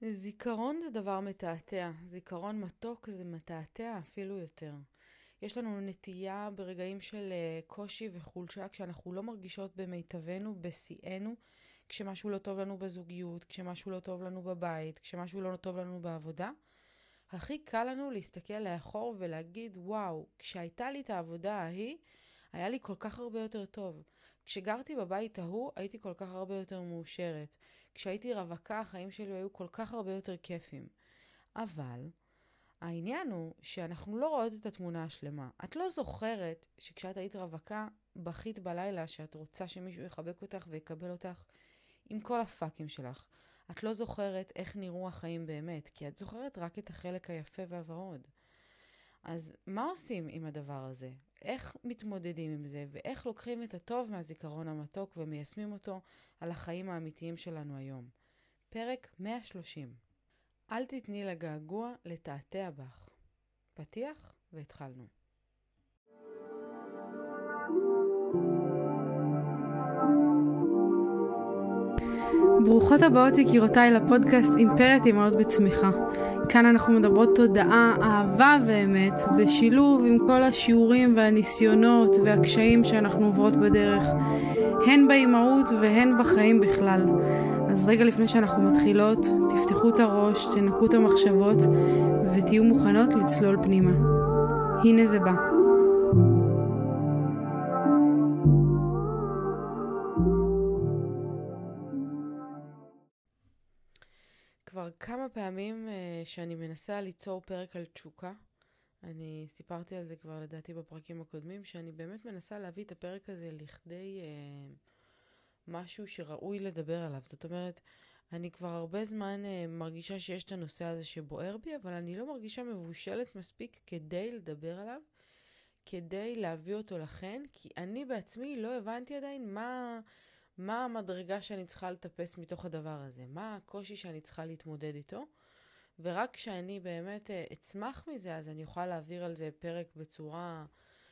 זיכרון זה דבר מתעתע. זיכרון מתוק זה מתעתע אפילו יותר. יש לנו נטייה ברגעים של קושי וחולשה, כשאנחנו לא מרגישות במיטבנו, בשיאנו, כשמשהו לא טוב לנו בזוגיות, כשמשהו לא טוב לנו בבית, כשמשהו לא טוב לנו בעבודה. הכי קל לנו להסתכל לאחור ולהגיד, וואו, כשהייתה לי את העבודה ההיא, היה לי כל כך הרבה יותר טוב. כשגרתי בבית ההוא, הייתי כל כך הרבה יותר מאושרת. כשהייתי רווקה, החיים שלי היו כל כך הרבה יותר כיפים. אבל העניין הוא שאנחנו לא רואות את התמונה השלמה. את לא זוכרת שכשאת היית רווקה, בכית בלילה שאת רוצה שמישהו יחבק אותך ויקבל אותך עם כל הפאקים שלך. את לא זוכרת איך נראו החיים באמת, כי את זוכרת רק את החלק היפה והוורוד. אז מה עושים עם הדבר הזה? איך מתמודדים עם זה, ואיך לוקחים את הטוב מהזיכרון המתוק ומיישמים אותו על החיים האמיתיים שלנו היום? פרק 130. אל תתני לגעגוע לתעתע בך. פתיח והתחלנו. ברוכות הבאות יקירותיי לפודקאסט אימפרית אמהות בצמיחה. כאן אנחנו מדברות תודעה, אהבה ואמת, בשילוב עם כל השיעורים והניסיונות והקשיים שאנחנו עוברות בדרך, הן באימהות והן בחיים בכלל. אז רגע לפני שאנחנו מתחילות, תפתחו את הראש, תנקו את המחשבות ותהיו מוכנות לצלול פנימה. הנה זה בא. כבר כמה פעמים שאני מנסה ליצור פרק על תשוקה, אני סיפרתי על זה כבר לדעתי בפרקים הקודמים, שאני באמת מנסה להביא את הפרק הזה לכדי משהו שראוי לדבר עליו. זאת אומרת, אני כבר הרבה זמן מרגישה שיש את הנושא הזה שבוער בי, אבל אני לא מרגישה מבושלת מספיק כדי לדבר עליו, כדי להביא אותו לכן, כי אני בעצמי לא הבנתי עדיין מה המדרגה שאני צריכה לטפס מתוך הדבר הזה, מה הקושי שאני צריכה להתמודד איתו, ורק כשאני באמת אצמח מזה, אז אני אוכל להעביר על זה פרק בצורה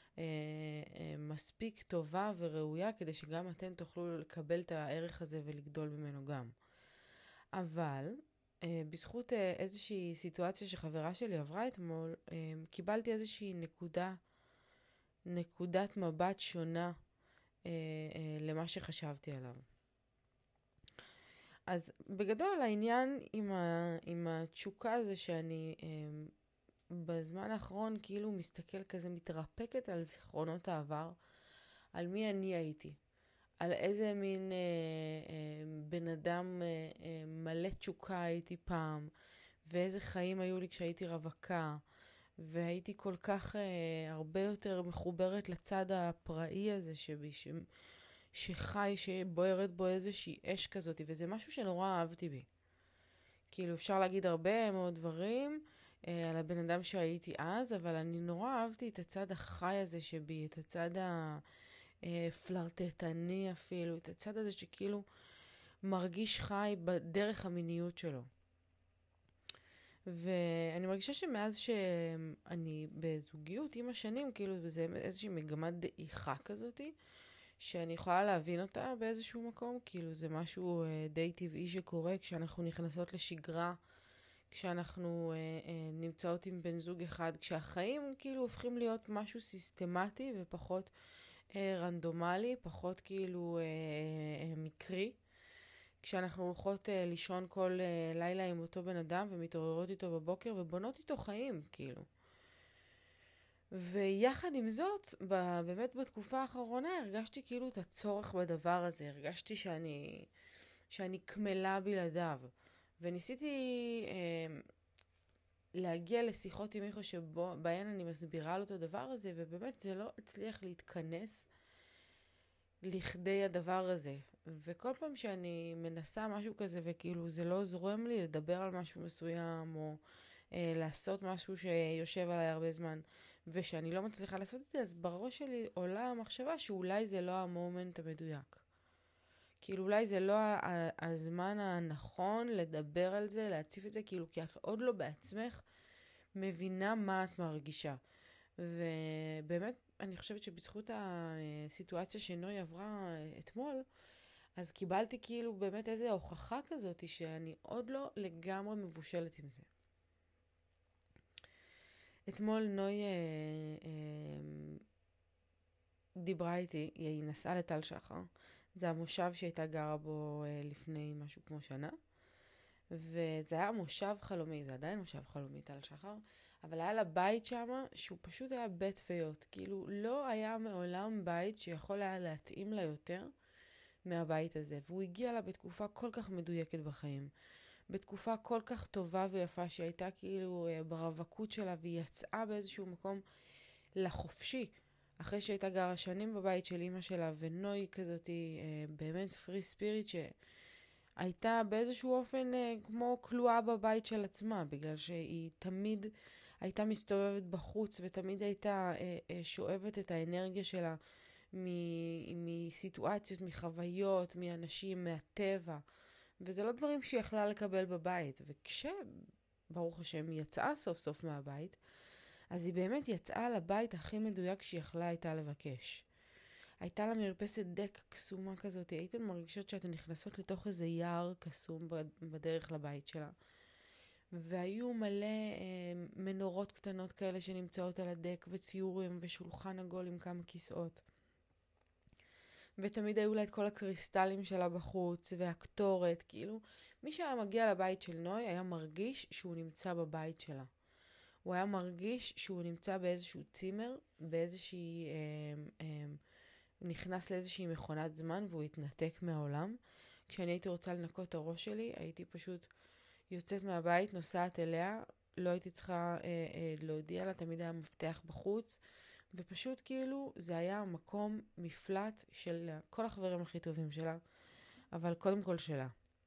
מספיק טובה וראויה, כדי שגם אתן תוכלו לקבל את הערך הזה ולגדול ממנו גם. אבל בזכות איזושהי סיטואציה שחברה שלי עברה אתמול, קיבלתי איזושהי נקודת מבט שונה למה שחשבתי עליו. אז בגדול העניין עם התשוקה זה שאני בזמן האחרון כאילו מסתכל כזה, מתרפקת על זיכרונות העבר, על מי אני הייתי, על איזה מין בן אדם מלא תשוקה הייתי פעם, ואיזה חיים היו לי כשהייתי רווקה, והייתי כל כך הרבה יותר מחוברת לצד הפראי הזה שבי, שחי, שבוערת בו איזושהי אש כזאת, וזה משהו שנורא אהבתי בי. כאילו אפשר להגיד הרבה מאוד דברים על הבן אדם שהייתי אז, אבל אני נורא אהבתי את הצד החי הזה שבי, את הצד הפלרטטני אפילו, את הצד הזה שכאילו מרגיש חי בדרך המיניות שלו. ואני מרגישה שמאז שאני בזוגיות עם השנים, כאילו זה איזושהי מגמת דעיכה כזאתי, שאני יכולה להבין אותה באיזשהו מקום, כאילו זה משהו די טבעי שקורה כשאנחנו נכנסות לשגרה, כשאנחנו נמצאות עם בן זוג אחד, כשהחיים כאילו הופכים להיות משהו סיסטמטי ופחות רנדומלי, פחות כאילו מקרי. כשאנחנו הולכות לישון כל לילה עם אותו בן אדם ומתעוררות איתו בבוקר ובונות איתו חיים, כאילו. ויחד עם זאת, באמת בתקופה האחרונה הרגשתי כאילו את הצורך בדבר הזה, הרגשתי שאני כמלה בלעדיו. וניסיתי להגיע לשיחות עם מישהו שבהן אני מסבירה לו את הדבר הזה, ובאמת זה לא הצליח להתכנס לכדי הדבר הזה. וכל פעם שאני מנסה משהו כזה וכאילו זה לא זורם לי לדבר על משהו מסוים או לעשות משהו שיושב עליי הרבה זמן ושאני לא מצליחה לעשות את זה, אז בראש שלי עולה המחשבה שאולי זה לא המומנט המדויק. כאילו אולי זה לא הזמן הנכון לדבר על זה, להציף את זה, כאילו כי את עוד לא בעצמך מבינה מה את מרגישה. ובאמת אני חושבת שבזכות הסיטואציה שנוי עברה אתמול, אז קיבלתי כאילו באמת איזו הוכחה כזאת שאני עוד לא לגמרי מבושלת עם זה. אתמול נוי דיברה איתי, היא נסעה לטל שחר. זה המושב שהייתה גרה בו לפני משהו כמו שנה. וזה היה מושב חלומי, זה עדיין מושב חלומי, טל שחר, אבל היה לה בית שם שהוא פשוט היה בית פיות. כאילו לא היה מעולם בית שיכול היה להתאים לה יותר מהבית הזה. והוא הגיע לה בתקופה כל כך מדויקת בחיים. בתקופה כל כך טובה ויפה שהייתה כאילו ברווקות שלה, והיא יצאה באיזשהו מקום לחופשי. אחרי שהייתה גרה שנים בבית של אמא שלה, ונוי כזאת באמת פרי ספיריט שהייתה באיזשהו אופן כמו כלואה בבית של עצמה, בגלל שהיא תמיד הייתה מסתובבת בחוץ, ותמיד הייתה שואבת את האנרגיה שלה מסיטואציות, מחוויות, מאנשים, מהטבע. וזה לא דברים שהיא יכלה לקבל בבית. וכשברוך השם היא יצאה סוף סוף מהבית, אז היא באמת יצאה לבית הכי מדויק שהיא יכלה הייתה לבקש. הייתה לה מרפסת דק קסומה כזאת, הייתן מרגישות שאתן נכנסות לתוך איזה יער קסום בדרך לבית שלה. והיו מלא מנורות קטנות כאלה שנמצאות על הדק, וציורים ושולחן עגול עם כמה כיסאות. ותמיד היו לה את כל הקריסטלים שלה בחוץ, והקטורת, כאילו. מי שהיה מגיע לבית של נוי היה מרגיש שהוא נמצא בבית שלה. הוא היה מרגיש שהוא נמצא באיזשהו צימר, הוא נכנס לאיזושהי מכונת זמן, והוא התנתק מהעולם. כשאני הייתי רוצה לנקות את הראש שלי, הייתי פשוט יוצאת מהבית, נוסעת אליה, לא הייתי צריכה להודיע לה, תמיד היה מפתח בחוץ, ופשוט כאילו זה היה מקום מפלט של כל החברים הכי טובים שלה, אבל קודם כל שלה.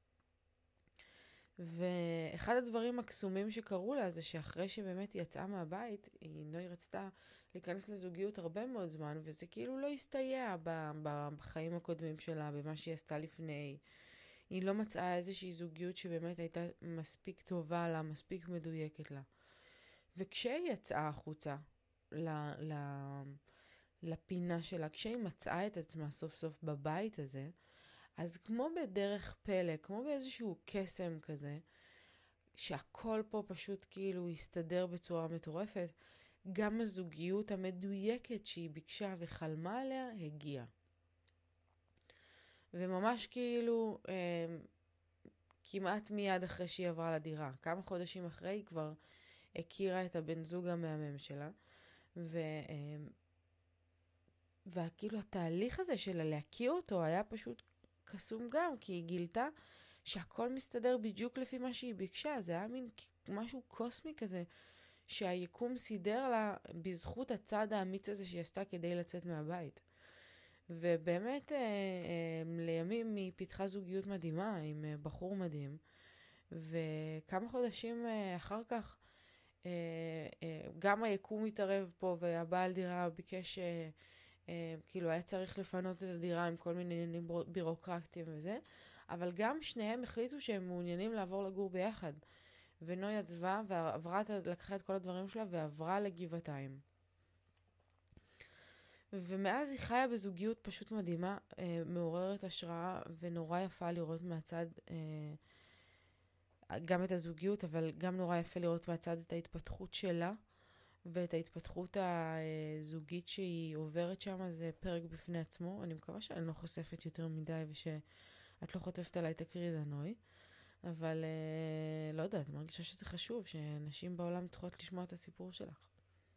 ואחד הדברים הקסומים שקרו לה זה שאחרי שבאמת היא יצאה מהבית, נוי רצתה להיכנס לזוגיות הרבה מאוד זמן, וזה כאילו לא הסתייע בחיים הקודמים שלה, במה שהיא עשתה לפני. היא לא מצאה איזושהי זוגיות שבאמת הייתה מספיק טובה לה, מספיק מדויקת לה. וכשהיא יצאה החוצה לפינה שלה, כשהיא מצאה את עצמה סוף סוף בבית הזה, אז כמו בדרך פלא, כמו באיזשהו קסם כזה, שהכל פה פשוט כאילו הסתדר בצורה מטורפת, גם הזוגיות המדויקת שהיא ביקשה וחלמה עליה הגיעה. וממש כאילו כמעט מיד אחרי שהיא עברה לדירה, כמה חודשים אחרי היא כבר הכירה את הבן זוג המהמם שלה, וכאילו התהליך הזה שלה להכיר אותו היה פשוט קסום גם, כי היא גילתה שהכל מסתדר בדיוק לפי מה שהיא ביקשה. זה היה מין משהו קוסמי כזה, שהיקום סידר לה בזכות הצעד האמיץ הזה שהיא עשתה כדי לצאת מהבית. ובאמת לימים היא פיתחה זוגיות מדהימה עם בחור מדהים, וכמה חודשים אחר כך גם היקום התערב פה, והבעל דירה ביקש כאילו היה צריך לפנות את הדירה עם כל מיני עניינים בירוקרטיים וזה, אבל גם שניהם החליטו שהם מעוניינים לעבור לגור ביחד. ונוי עזבה לקחה את כל הדברים שלה ועברה לגבעתיים. ומאז היא חיה בזוגיות פשוט מדהימה, מעוררת השראה ונורא יפה לראות מהצד גם את הזוגיות, אבל גם נורא יפה לראות מהצד את ההתפתחות שלה, ואת ההתפתחות הזוגית שהיא עוברת שם. זה פרק בפני עצמו. אני מקווה שאני לא חושפת יותר מדי ושאת לא חוטפת עליי את הקריזה, נוי. אבל לא יודעת, אני מרגישה שזה חשוב, שנשים בעולם צריכות לשמוע את הסיפור שלך.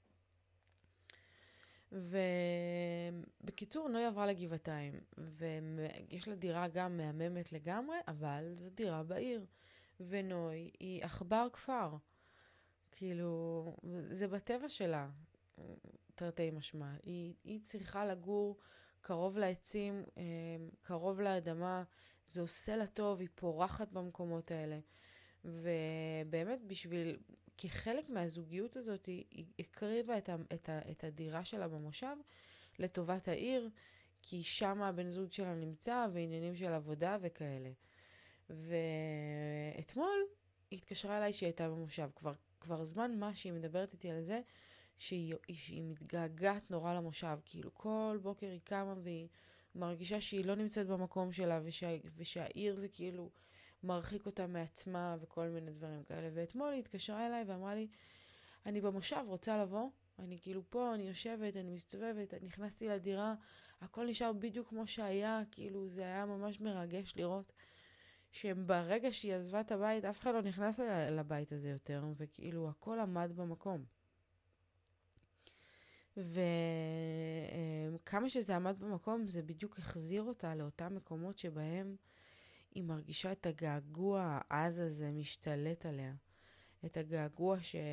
ובקיצור, נוי עברה לגבעתיים, ויש לה דירה גם מהממת לגמרי, אבל זו דירה בעיר. ונוי היא עכבר כפר. כאילו, זה בטבע שלה, תרתי משמע. היא צריכה לגור קרוב לעצים, קרוב לאדמה, זה עושה לה טוב, היא פורחת במקומות האלה. ובאמת כחלק מהזוגיות הזאת, היא הקריבה את הדירה שלה במושב לטובת העיר, כי שם הבן זוג שלה נמצא, ועניינים של עבודה וכאלה. ואתמול היא התקשרה אליי שהיא הייתה במושב. כבר זמן מה שהיא מדברת איתי על זה, שהיא מתגעגעת נורא למושב. כאילו כל בוקר היא קמה והיא מרגישה שהיא לא נמצאת במקום שלה, ושהעיר זה כאילו מרחיק אותה מעצמה וכל מיני דברים כאלה. ואתמול היא התקשרה אליי ואמרה לי, אני במושב, רוצה לבוא? אני כאילו פה, אני יושבת, אני מסתובבת, נכנסתי לדירה, הכל נשאר בדיוק כמו שהיה, כאילו זה היה ממש מרגש לראות שברגע שהיא עזבה את הבית, אף אחד לא נכנס לבית הזה יותר, וכאילו הכל עמד במקום. וכמה שזה עמד במקום, זה בדיוק החזיר אותה לאותם מקומות שבהם היא מרגישה את הגעגוע העז הזה משתלט עליה. את הגעגוע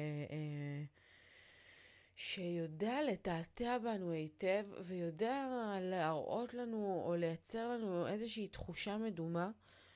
שיודע לתעתע בנו היטב, ויודע להראות לנו או לייצר לנו איזושהי תחושה מדומה,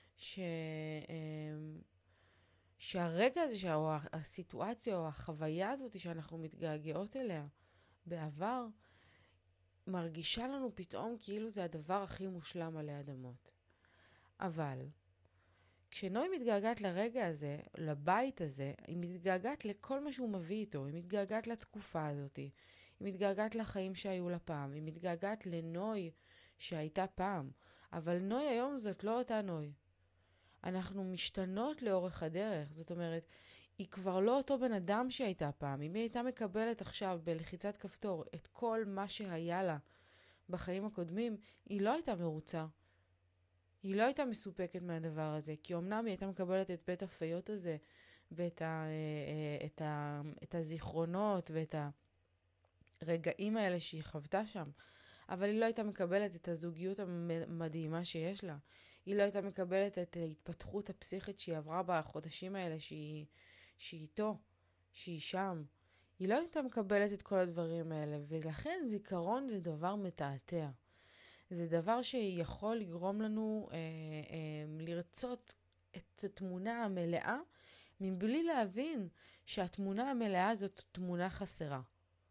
שהרגע הזה, או הסיטואציה או החוויה הזאת שאנחנו מתגעגעות אליה בעבר, מרגישה לנו פתאום כאילו זה הדבר הכי מושלם עלי אדמות. אבל כשנוי מתגעגעת לרגע הזה, לבית הזה, היא מתגעגעת לכל מה שהוא מביא איתו, היא מתגעגעת לתקופה הזאת, היא מתגעגעת לחיים שהיו לה פעם, היא מתגעגעת לנוי שהייתה פעם, אבל נוי היום זאת לא אותה נוי. אנחנו משתנות לאורך הדרך, זאת אומרת, היא כבר לא אותו בן אדם שהייתה פעם. אם היא הייתה מקבלת עכשיו בלחיצת כפתור את כל מה שהיה לה בחיים הקודמים, היא לא הייתה מרוצה. היא לא הייתה מסופקת מהדבר הזה, כי אמנם היא הייתה מקבלת את בית הפיות הזה, ואת את הזיכרונות ואת הרגעים האלה שהיא חוותה שם, אבל היא לא הייתה מקבלת את הזוגיות המדהימה שיש לה. היא לא הייתה מקבלת את ההתפתחות הפסיכית שהיא עברה בחודשים האלה שהיא איתו, שהיא שם. היא לא הייתה מקבלת את כל הדברים האלה, ולכן זיכרון זה דבר מתעתע. זה דבר שיכול לגרום לנו לרצות את התמונה המלאה, מבלי להבין שהתמונה המלאה זאת תמונה חסרה.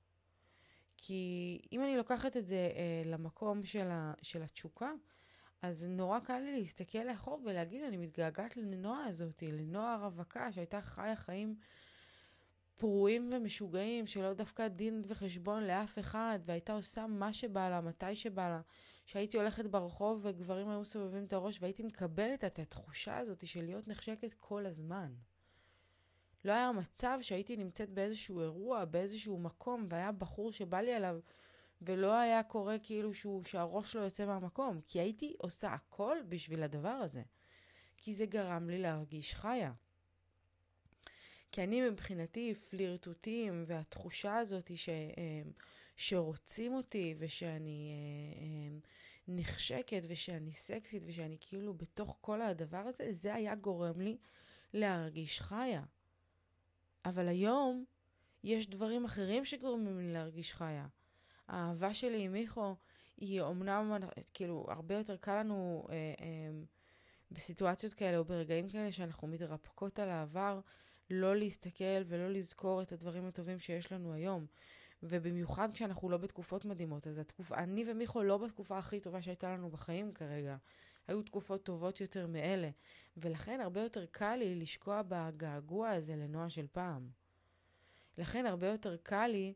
כי אם אני לוקחת את זה למקום של התשוקה, אז נורא קל לי להסתכל לאחור ולהגיד, אני מתגעגעת לנועה הזאת, לנועה הרווקה שהייתה חיה חיים פרועים ומשוגעים, שלא דווקא דין וחשבון לאף אחד, והייתה עושה מה שבא לה, מתי שבא לה, שהייתי הולכת ברחוב וגברים היו סובבים את הראש, והייתי מקבלת את התחושה הזאת של להיות נחשקת כל הזמן. לא היה מצב שהייתי נמצאת באיזשהו אירוע, באיזשהו מקום, והיה בחור שבא לי עליו, ולא היה קורה כאילו שהראש לא יוצא מהמקום, כי הייתי עושה הכל בשביל הדבר הזה. כי זה גרם לי להרגיש חיה. כי אני מבחינתי פלירטוטים, והתחושה הזאת שרוצים אותי, ושאני נחשקת, ושאני סקסית, ושאני כאילו בתוך כל הדבר הזה, זה היה גורם לי להרגיש חיה. אבל היום יש דברים אחרים שגורמים לי להרגיש חיה. האהבה שלי עם מיכו היא אומנם כאילו הרבה יותר קל לנו בסיטואציות כאלה או ברגעים כאלה שאנחנו מתרפקות על העבר, לא להסתכל ולא לזכור את הדברים הטובים שיש לנו היום. ובמיוחד כשאנחנו לא בתקופות מדהימות. אז אני ומיכו לא בתקופה הכי טובה שהייתה לנו בחיים כרגע. היו תקופות טובות יותר מאלה. ולכן הרבה יותר קל לי לשקוע בגעגוע הזה לנועה של פעם. לכן הרבה יותר קל לי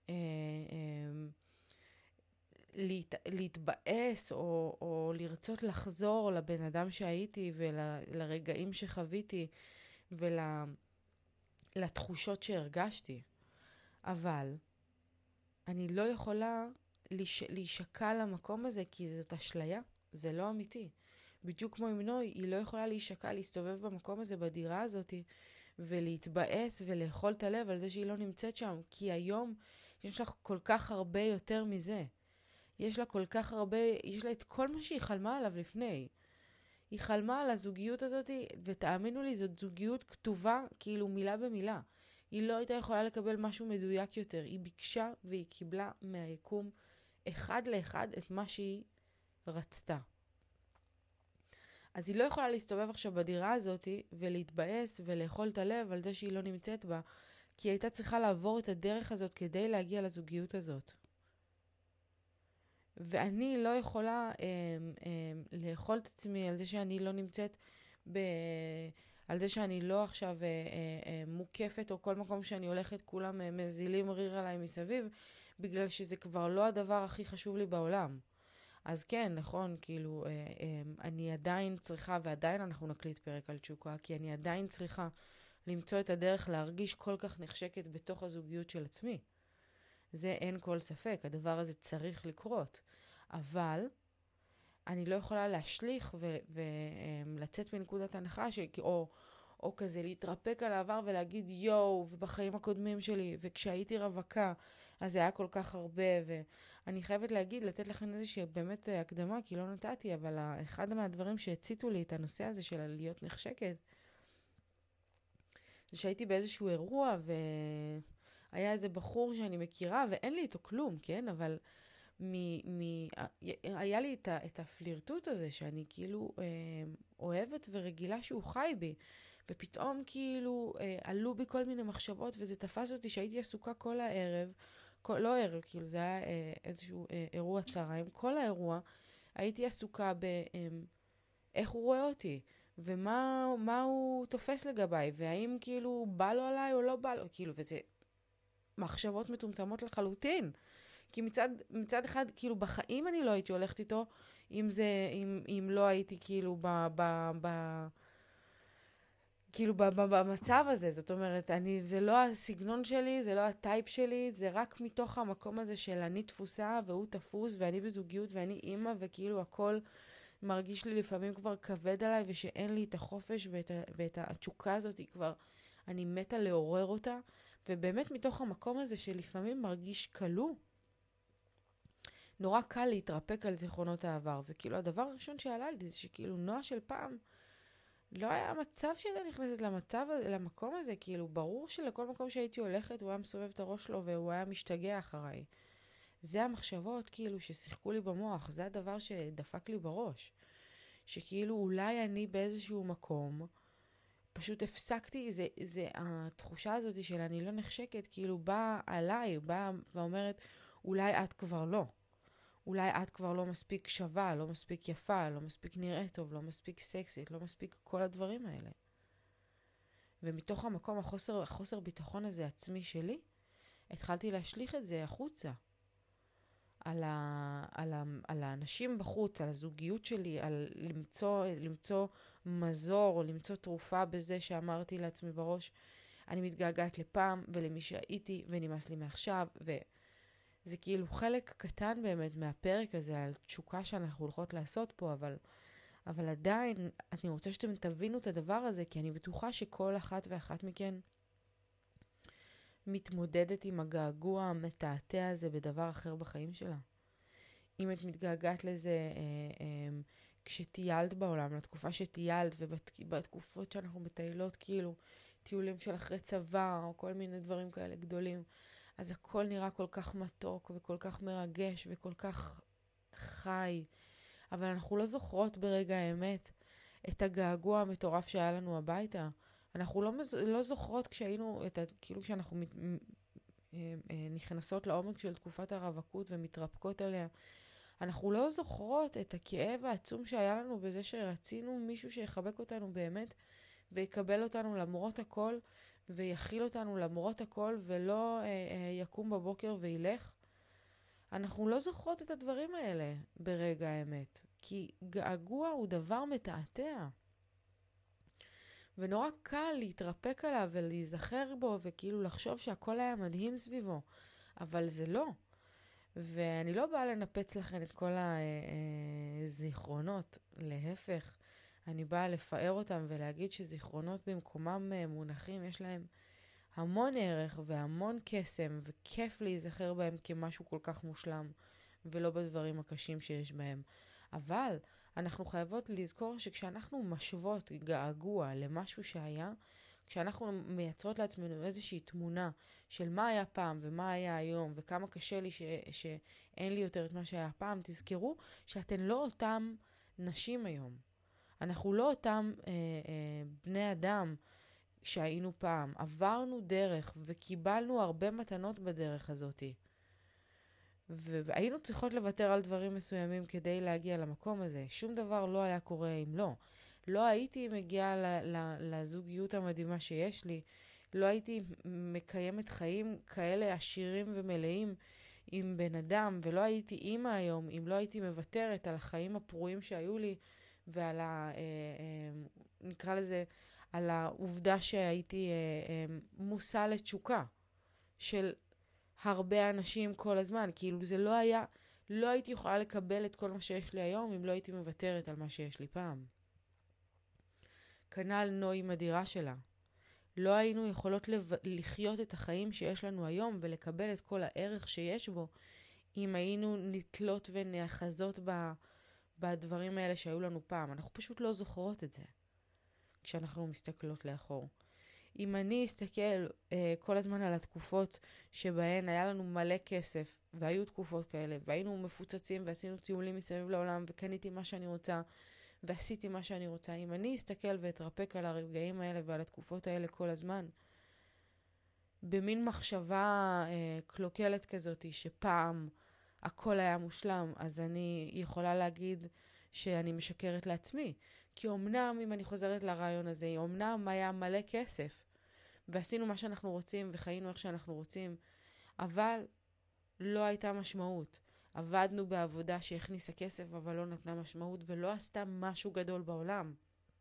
להתבאס או לרצות לחזור לבן אדם שהייתי ולרגעים שחוויתי ולתחושות שהרגשתי. אבל אני לא יכולה להישקע למקום הזה כי זאת אשליה, זה לא אמיתי. בדיוק כמו עם נוי, היא לא יכולה להישקע, להסתובב במקום הזה, בדירה הזאת, ולהתבאס ולאכול את הלב על זה שהיא לא נמצאת שם, כי היום יש לך כל כך הרבה יותר מזה. יש לה כל כך הרבה, יש לה את כל מה שהיא חלמה עליו לפני. היא חלמה על הזוגיות הזאת, ותאמינו לי, זאת זוגיות כתובה כאילו מילה במילה. היא לא הייתה יכולה לקבל משהו מדויק יותר. היא ביקשה והיא קיבלה מהיקום אחד לאחד את מה שהיא רצתה. אז היא לא יכולה להסתובב עכשיו בדירה הזאת ולהתבאס ולאכול את הלב על זה שהיא לא נמצאת בה, כי היא הייתה צריכה לעבור את הדרך הזאת כדי להגיע לזוגיות הזאת. ואני לא יכולה לאכול את עצמי על זה שאני לא נמצאת על זה שאני לא עכשיו מוקפת, או כל מקום שאני הולכת כולם מזילים ריר עליי מסביב, בגלל שזה כבר לא הדבר הכי חשוב לי בעולם. אז כן, נכון, כאילו, אני עדיין צריכה, ועדיין אנחנו נקליט פרק על תשוקה, כי אני עדיין צריכה למצוא את הדרך להרגיש כל כך נחשקת בתוך הזוגיות של עצמי. זה אין כל ספק, הדבר הזה צריך לקרות. אבל אני לא יכולה להשליך ולצאת מנקודת הנחה, או כזה להתרפק על העבר ולהגיד יואו, ובחיים הקודמים שלי, וכשהייתי רווקה, אז זה היה כל כך הרבה, ואני חייבת להגיד, לתת לכם איזושהי באמת הקדמה, כי לא נתתי, אבל אחד מהדברים שהציתו לי את הנושא הזה של להיות נחשקת, זה שהייתי באיזשהו אירוע, והיה איזה בחור שאני מכירה, ואין לי איתו כלום, כן? אבל היה לי את הפלירטוט הזה, שאני כאילו אוהבת ורגילה שהוא חי בי, ופתאום כאילו עלו בי כל מיני מחשבות, וזה תפס אותי שהייתי עסוקה כל הערב, לא ערב, כאילו זה היה איזשהו אירוע צהריים, כל האירוע הייתי עסוקה איך הוא רואה אותי, ומה הוא תופס לגביי, והאם כאילו בא לו עליי או לא בא לו, כאילו, וזה מחשבות מטומטמות לחלוטין. כי מצד אחד, כאילו, בחיים אני לא הייתי הולכת איתו, אם לא הייתי כאילו במצב הזה. זאת אומרת, זה לא הסגנון שלי, זה לא הטייפ שלי, זה רק מתוך המקום הזה של אני תפוסה והוא תפוס, ואני בזוגיות ואני אימא, וכאילו הכל מרגיש לי לפעמים כבר כבד עליי, ושאין לי את החופש ואת התשוקה הזאת, כבר אני מתה לעורר אותה, ובאמת מתוך המקום הזה שלפעמים מרגיש קלו, נורא קל להתרפק על זיכרונות העבר, וכאילו הדבר הראשון שעלה לי זה שכאילו נועה של פעם, לא היה מצב שהייתה נכנסת למקום הזה, כאילו ברור שלכל מקום שהייתי הולכת הוא היה מסובב את הראש שלו והוא היה משתגע אחריי. זה המחשבות כאילו ששיחקו לי במוח, זה הדבר שדפק לי בראש. שכאילו אולי אני באיזשהו מקום, פשוט הפסקתי, זה התחושה הזאת של אני לא נחשקת, כאילו באה עליי, באה ואומרת, אולי את כבר לא. אולי את כבר לא מספיק שווה, לא מספיק יפה, לא מספיק נראית טוב, לא מספיק סקסית, לא מספיק כל הדברים האלה. ומתוך המקום, החוסר ביטחון הזה עצמי שלי, התחלתי להשליך את זה החוצה. על האנשים בחוץ, על הזוגיות שלי, על למצוא מזור, או למצוא תרופה בזה שאמרתי לעצמי בראש, אני מתגעגעת לפעם ולמי שהייתי, ונמאס לי מעכשיו, זה כאילו חלק קטן באמת מהפרק הזה על תשוקה שאנחנו הולכות לעשות פה, אבל עדיין אני רוצה שאתם תבינו את הדבר הזה, כי אני בטוחה שכל אחת ואחת מכן מתמודדת עם הגעגוע המתעתע הזה בדבר אחר בחיים שלה. אם את מתגעגעת לזה כשטיילת בעולם, לתקופה שטיילת, ובתקופות שאנחנו מטיילות כאילו טיולים של אחרי צבא, או כל מיני דברים כאלה גדולים, אז הכל נראה כל כך מתוק וכל כך מרגש וכל כך חי. אבל אנחנו לא זוכרות ברגע האמת את הגעגוע המטורף שהיה לנו הביתה. אנחנו לא זוכרות כאילו כשאנחנו נכנסות לעומק של תקופת הרווקות ומתרפקות עליה. אנחנו לא זוכרות את הכאב העצום שהיה לנו בזה שרצינו מישהו שיחבק אותנו באמת ויקבל אותנו למרות הכל, ויכיל אותנו למרות הכל, ולא יקום בבוקר וילך. אנחנו לא זוכרות את הדברים האלה ברגע האמת, כי געגוע הוא דבר מתעתע. ונורא קל להתרפק עליו ולהיזכר בו, וכאילו לחשוב שהכל היה מדהים סביבו, אבל זה לא. ואני לא באה לנפץ לכם את כל הזיכרונות, להפך. אני באה לפאר אותם ולהגיד שזיכרונות במקומם מונחים, יש להם המון ערך והמון קסם, וכיף להיזכר בהם כמשהו כל כך מושלם, ולא בדברים הקשים שיש בהם. אבל אנחנו חייבות לזכור שכשאנחנו משוות געגוע למשהו שהיה, כשאנחנו מייצרות לעצמנו איזושהי תמונה של מה היה פעם ומה היה היום, וכמה קשה לי שאין לי יותר את מה שהיה פעם, תזכרו שאתן לא אותם נשים היום. אנחנו לא אותם בני אדם שהיינו פעם. עברנו דרך וקיבלנו הרבה מתנות בדרך הזאת. והיינו צריכות לוותר על דברים מסוימים כדי להגיע למקום הזה. שום דבר לא היה קורה אם לא. לא הייתי מגיעה לזוגיות המדהימה שיש לי. לא הייתי מקיימת חיים כאלה עשירים ומלאים עם בן אדם, ולא הייתי אימא היום, אם לא הייתי מוותרת על החיים הפרועים שהיו לי, ועל נקרא לזה, על העובדה שהייתי מושא לתשוקה של הרבה אנשים כל הזמן. כאילו זה לא היה, לא הייתי יכולה לקבל את כל מה שיש לי היום, אם לא הייתי מוותרת על מה שיש לי פעם. כנ"ל נוי עם הדירה שלה. לא היינו יכולות לחיות את החיים שיש לנו היום ולקבל את כל הערך שיש בו, אם היינו נתלות ונאחזות בדברים האלה שהיו לנו פעם. אנחנו פשוט לא זוכרות את זה כשאנחנו מסתכלות לאחור. אם אני אסתכל כל הזמן על התקופות שבהן היה לנו מלא כסף, והיו תקופות כאלה, והיינו מפוצצים ועשינו טיולים מסביב לעולם, וקניתי מה שאני רוצה, ועשיתי מה שאני רוצה. אם אני אסתכל ואתרפק על הרגעים האלה ועל התקופות האלה כל הזמן, במין מחשבה קלוקלת כזאת, שפעם הכל היה מושלם, אז אני יכולה להגיד שאני משקרת לעצמי. כי אמנם, אם אני חוזרת לרעיון הזה, אמנם היה מלא כסף, ועשינו מה שאנחנו רוצים, וחיינו איך שאנחנו רוצים, אבל לא הייתה משמעות. עבדנו בעבודה שהכניסה כסף, אבל לא נתנה משמעות, ולא עשתה משהו גדול בעולם.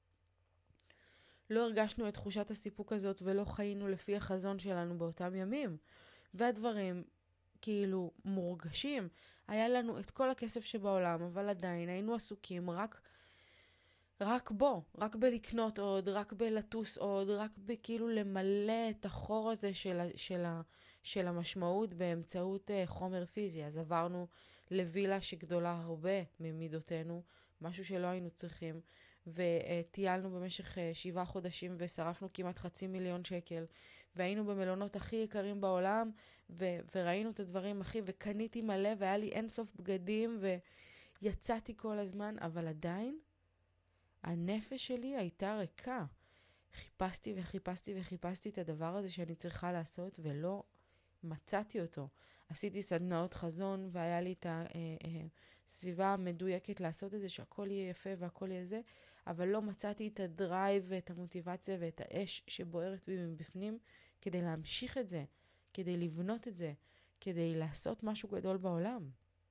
לא הרגשנו את תחושת הסיפוק הזאת, ולא חיינו לפי החזון שלנו באותם ימים. והדברים כאילו מורגשים. היה לנו את כל הכסף שבעולם, אבל עדיין היינו עסוקים רק בו, רק בלקנות עוד, רק בלטוס עוד, רק בכאילו למלא את החור הזה של המשמעות באמצעות חומר פיזי. אז עברנו לווילה שגדולה הרבה ממידותינו, משהו שלא היינו צריכים, וטיילנו במשך 7 חודשים ושרפנו כמעט 500,000 שקל, והיינו במלונות הכי יקרים בעולם, וראינו את הדברים וקניתי מלא, והיה לי אינסוף בגדים, ויצאתי כל הזמן, אבל עדיין הנפש שלי הייתה ריקה. חיפשתי וחיפשתי וחיפשתי את הדבר הזה שאני צריכה לעשות, ולא מצאתי אותו. עשיתי סדנאות חזון, והיה לי את הסביבה המדויקת לעשות את זה, שהכל יהיה יפה והכל יהיה זה, אבל לא מצאתי את הדרייב ואת המוטיבציה ואת האש שבוערת בי מבפנים, כדי להמשיך את זה, כדי לבנות את זה, כדי לעשות משהו גדול בעולם.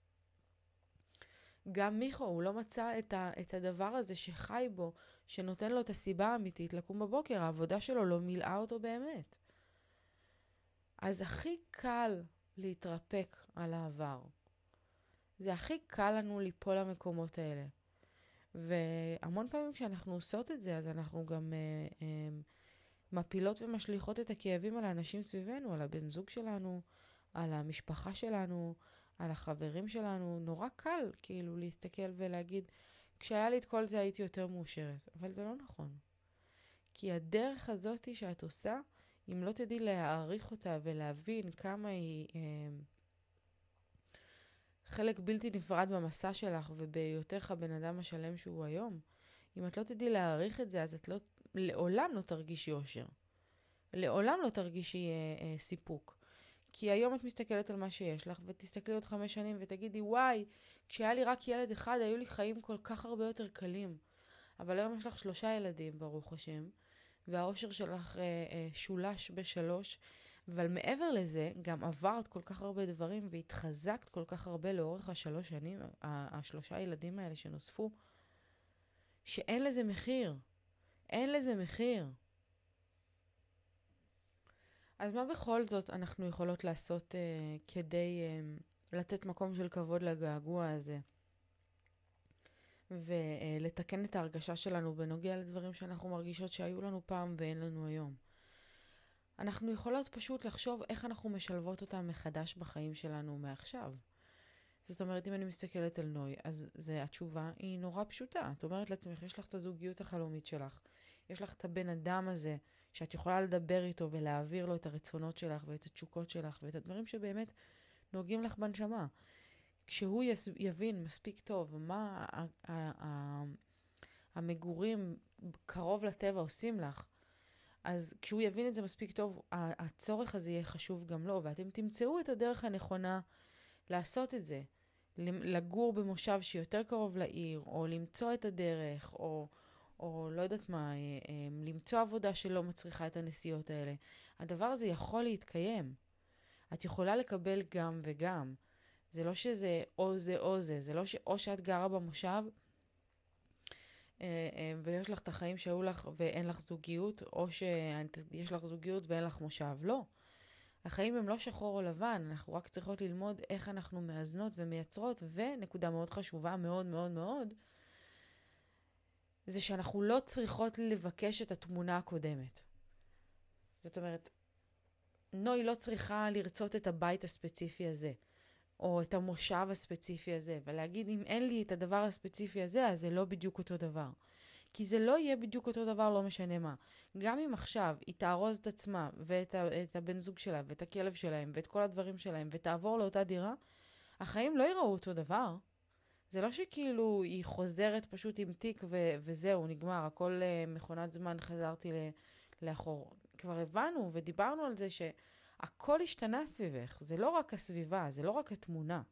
גם מיכו, הוא לא מצא את הדבר הזה שחי בו, שנותן לו את הסיבה האמיתית לקום בבוקר. העבודה שלו לא מילאה אותו באמת. אז הכי קל להתרפק על העבר. זה הכי קל לנו ליפול למקומות האלה. והמון פעמים כשאנחנו עושות את זה, אז אנחנו גם מפילות ומשליחות את הכאבים על האנשים סביבנו, על הבן זוג שלנו, על המשפחה שלנו, על החברים שלנו. נורא קל כאילו להסתכל ולהגיד, כשהיה לי את כל זה הייתי יותר מאושרת. אבל זה לא נכון. כי הדרך הזאת שאת עושה, אם לא תדעי להעריך אותה ולהבין כמה היא חלק בלתי נפרד במסע שלך ובהיותך הבן אדם השלם שהוא היום, אם את לא תדעי להעריך את זה, אז את לעולם לא תרגישי אושר. לעולם לא תרגישי סיפוק. כי היום את מסתכלת על מה שיש לך, ותסתכלי עוד 5 שנים ותגידי, וואי, כשהיה לי רק ילד אחד, היו לי חיים כל כך הרבה יותר קלים. אבל היום יש לך 3 ילדים, ברוך השם, והאושר שלך שולש ב3, אבל מעבר לזה, גם עברת כל כך הרבה דברים, והתחזקת כל כך הרבה לאורך 3 שנים, 3 ילדים האלה שנוספו, שאין לזה מחיר. אין לזה מחיר. אז מה בכל זאת אנחנו יכולות לעשות כדי לתת מקום של כבוד לגעגוע הזה? ולתקן את ההרגשה שלנו בנוגע לדברים שאנחנו מרגישות שהיו לנו פעם ואין לנו היום. אנחנו יכולות פשוט לחשוב איך אנחנו משלבות אותם מחדש בחיים שלנו מעכשיו. זאת אומרת, אם אני מסתכלת על נוי, אז התשובה היא נורא פשוטה. את אומרת לעצמך, יש לך את הזוגיות החלומית שלך, יש לך את הבן אדם הזה שאת יכולה לדבר איתו ולהעביר לו את הרצונות שלך ואת התשוקות שלך ואת הדברים שבאמת נוגעים לך בנשמה. כשהוא יבין מספיק טוב מה המגורים קרוב לטבע עושים לך, אז כשהוא יבין את זה מספיק טוב, הצורך הזה יהיה חשוב גם לו, ואתם תמצאו את הדרך הנכונה לעשות את זה. לגור במושב שיותר קרוב לעיר, או למצוא את הדרך, או לא יודעת מה, למצוא עבודה שלא מצריכה את הנסיעות האלה. הדבר הזה יכול להתקיים. את יכולה לקבל גם וגם. זה לא שזה או זה או זה. זה לא שאו שאת גרה במושב, ויש לך את החיים שהיו לך ואין לך זוגיות, או שיש לך זוגיות ואין לך מושב. לא. החיים הם לא שחור או לבן, אנחנו רק צריכות ללמוד איך אנחנו מאזנות ומייצרות, ונקודה מאוד חשובה, מאוד מאוד מאוד, זה שאנחנו לא צריכות לבקש את התמונה הקודמת. זאת אומרת, נוי לא צריכה לרצות את הבית הספציפי הזה, או את המושב הספציפי הזה, ולהגיד אם אין לי את הדבר הספציפי הזה, אז זה לא בדיוק אותו דבר. כי זה לא יהיה בדיוק אותו דבר, לא משנה מה. גם אם עכשיו היא תארוז את עצמה, ואת הבן זוג שלה, ואת הכלב שלהם, ואת כל הדברים שלהם, ותעבור לאותה דירה, החיים לא יראו אותו דבר. זה לא שכאילו היא חוזרת פשוט עם תיק וזהו, נגמר, הכל מכונת זמן, חזרתי לאחור. כבר הבנו ודיברנו על זה שהכל השתנה סביבך. זה לא רק הסביבה, זה לא רק התמונה.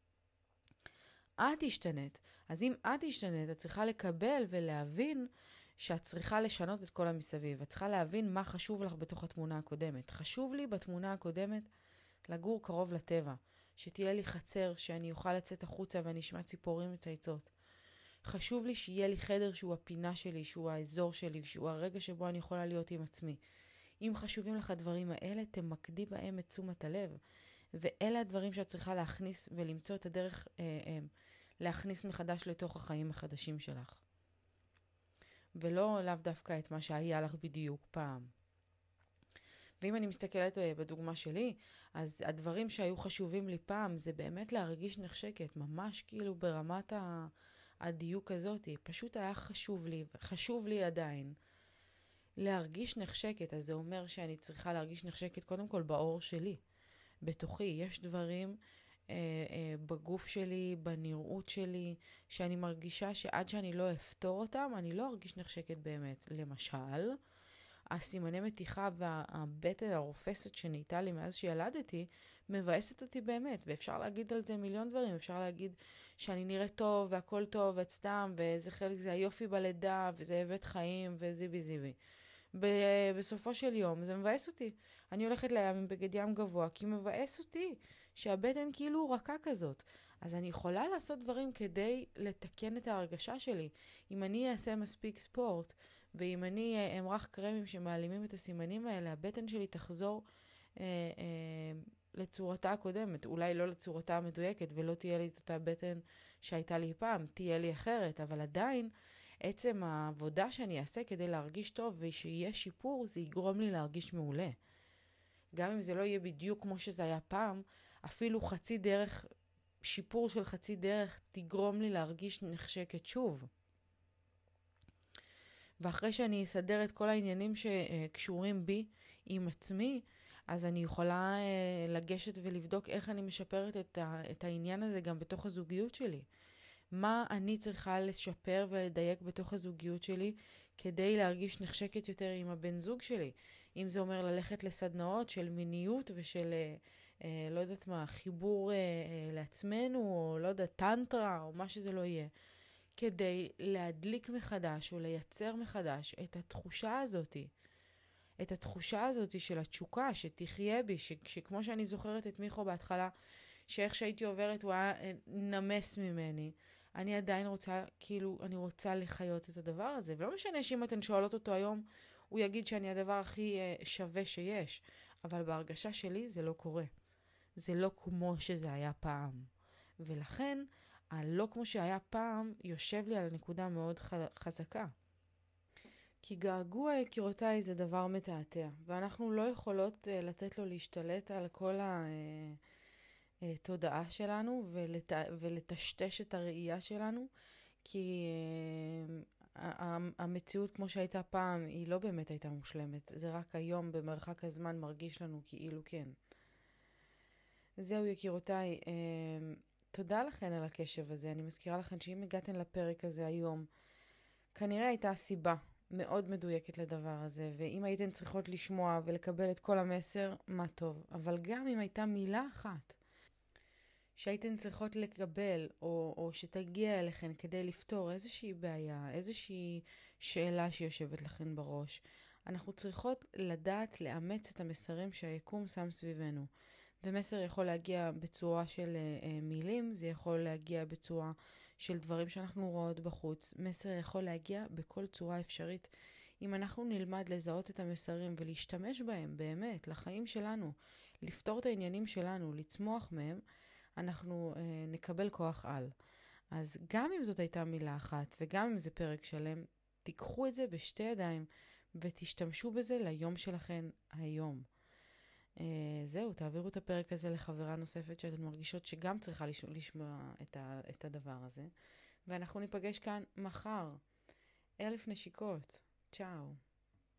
את השתנית. אז אם את השתנית, את צריכה לקבל ולהבין שאת צריכה לשנות את כל המסביב. את צריכה להבין מה חשוב לך בתוך התמונה הקודמת. חשוב לי בתמונה הקודמת לגור קרוב לטבע. שתהיה לי חצר, שאני אוכל לצאת החוצה ואני אשמע ציפורים מצייצות. חשוב לי שיהיה לי חדר שהוא הפינה שלי, שהוא האזור שלי, שהוא הרגע שבו אני יכולה להיות עם עצמי. אם חשובים לך הדברים האלה, תמקדי בהם את תשומת הלב. ואלה הדברים שאת צריכה להכניס ולמצוא את הדרך להכניס מחדש לתוך החיים החדשים שלך. ולא לאו דווקא את מה שהיה לך בדיוק פעם. ואם אני מסתכלת בדוגמה שלי, אז הדברים שהיו חשובים לי פעם, זה באמת להרגיש נחשקת, ממש כאילו ברמת הדיוק הזאת. פשוט היה חשוב לי עדיין, להרגיש נחשקת. אז זה אומר שאני צריכה להרגיש נחשקת קודם כל באור שלי. בתוכי יש דברים בגוף שלי, בנראות שלי, שאני מרגישה שעד שאני לא אפתור אותם, אני לא ארגיש נחשקת באמת. למשל, הסימני מתיחה והבטן הרופסת שנהייתה לי מאז שילדתי, מבאסת אותי באמת, ואפשר להגיד על זה מיליון דברים. אפשר להגיד שאני נראית טוב והכל טוב ואת סתם, וזה חלק, זה היופי בלידה, וזה הבאת חיים וזיבי זיבי. בסופו של יום זה מבאס אותי. אני הולכת לים עם בגד ים גבוה, כי מבאס אותי שהבטן כאילו רכה כזאת. אז אני יכולה לעשות דברים כדי לתקן את ההרגשה שלי. אם אני אעשה מספיק ספורט, ואם אני אמרח קרמים שמעלימים את הסימנים האלה, הבטן שלי תחזור לצורתה הקודמת. אולי לא לצורתה המדויקת, ולא תהיה לי את אותה בטן שהייתה לי פעם, תהיה לי אחרת, אבל עדיין עצם העבודה שאני אעשה כדי להרגיש טוב ושיהיה שיפור, זה יגרום לי להרגיש מעולה. גם אם זה לא יהיה בדיוק כמו שזה היה פעם, אפילו חצי דרך, שיפור של חצי דרך, תגרום לי להרגיש נחשקת שוב. ואחרי שאני אסדר את כל העניינים שקשורים בי עם עצמי, אז אני יכולה לגשת ולבדוק איך אני משפרת את העניין הזה גם בתוך הזוגיות שלי. מה אני צריכה לשפר ולדייק בתוך הזוגיות שלי כדי להרגיש נחשקת יותר עם הבן זוג שלי. אם זה אומר ללכת לסדנאות של מיניות ושל, לא יודעת מה, חיבור לעצמנו, או לא יודעת, טנטרה, או מה שזה לא יהיה. כדי להדליק מחדש או לייצר מחדש את התחושה הזאת. את התחושה הזאת של התשוקה שתחיה בי, שכמו שאני זוכרת את מיכו בהתחלה, שאיך שהייתי עוברת הוא היה נמס ממני. אני עדיין רוצה, כאילו, אני רוצה לחיות את הדבר הזה. ולא משנה שאם אתן שואלות אותו היום, הוא יגיד שאני הדבר הכי שווה שיש. אבל בהרגשה שלי זה לא קורה. זה לא כמו שזה היה פעם. ולכן, הלא כמו שהיה פעם, יושב לי על נקודה מאוד חזקה. כי געגוע יקירותיי זה דבר מתעתע. ואנחנו לא יכולות לתת לו להשתלט על כל התודעה שלנו ולטשטש את הראייה שלנו, כי המציאות כמו שהייתה פעם היא לא באמת הייתה מושלמת. זה רק היום במרחק הזמן מרגיש לנו כאילו כן. זהו יקירותיי, תודה לכן על הקשב הזה. אני מזכירה לכן שאם הגעתן לפרק הזה היום, כנראה הייתה סיבה מאוד מדויקת לדבר הזה, ואם הייתן צריכות לשמוע ולקבל את כל המסר, מה טוב. אבל גם אם הייתה מילה אחת שהייתן צריכות לקבל, או שתגיע אליכן כדי לפתור איזושהי בעיה, איזושהי שאלה שיושבת לכן בראש, אנחנו צריכות לדעת לאמץ את המסרים שהיקום שם סביבנו. ומסר יכול להגיע בצורה של מילים, זה יכול להגיע בצורה של דברים שאנחנו רואות בחוץ. מסר יכול להגיע בכל צורה אפשרית. אם אנחנו נלמד לזהות את המסרים ולהשתמש בהם באמת לחיים שלנו, לפתור את העניינים שלנו, לצמוח מהם, אנחנו נקבל כוח על. אז גם אם זאת הייתה מילה אחת וגם אם זה פרק שלם, תיקחו את זה בשתי ידיים ותשתמשו בזה ליום שלכם היום. זהו, תעבירו את הפרק הזה לחברה נוספת שאתן מרגישות שגם צריכה לשמוע את הדבר הזה. ואנחנו ניפגש כאן מחר. 1000 נשיקות. צ'או.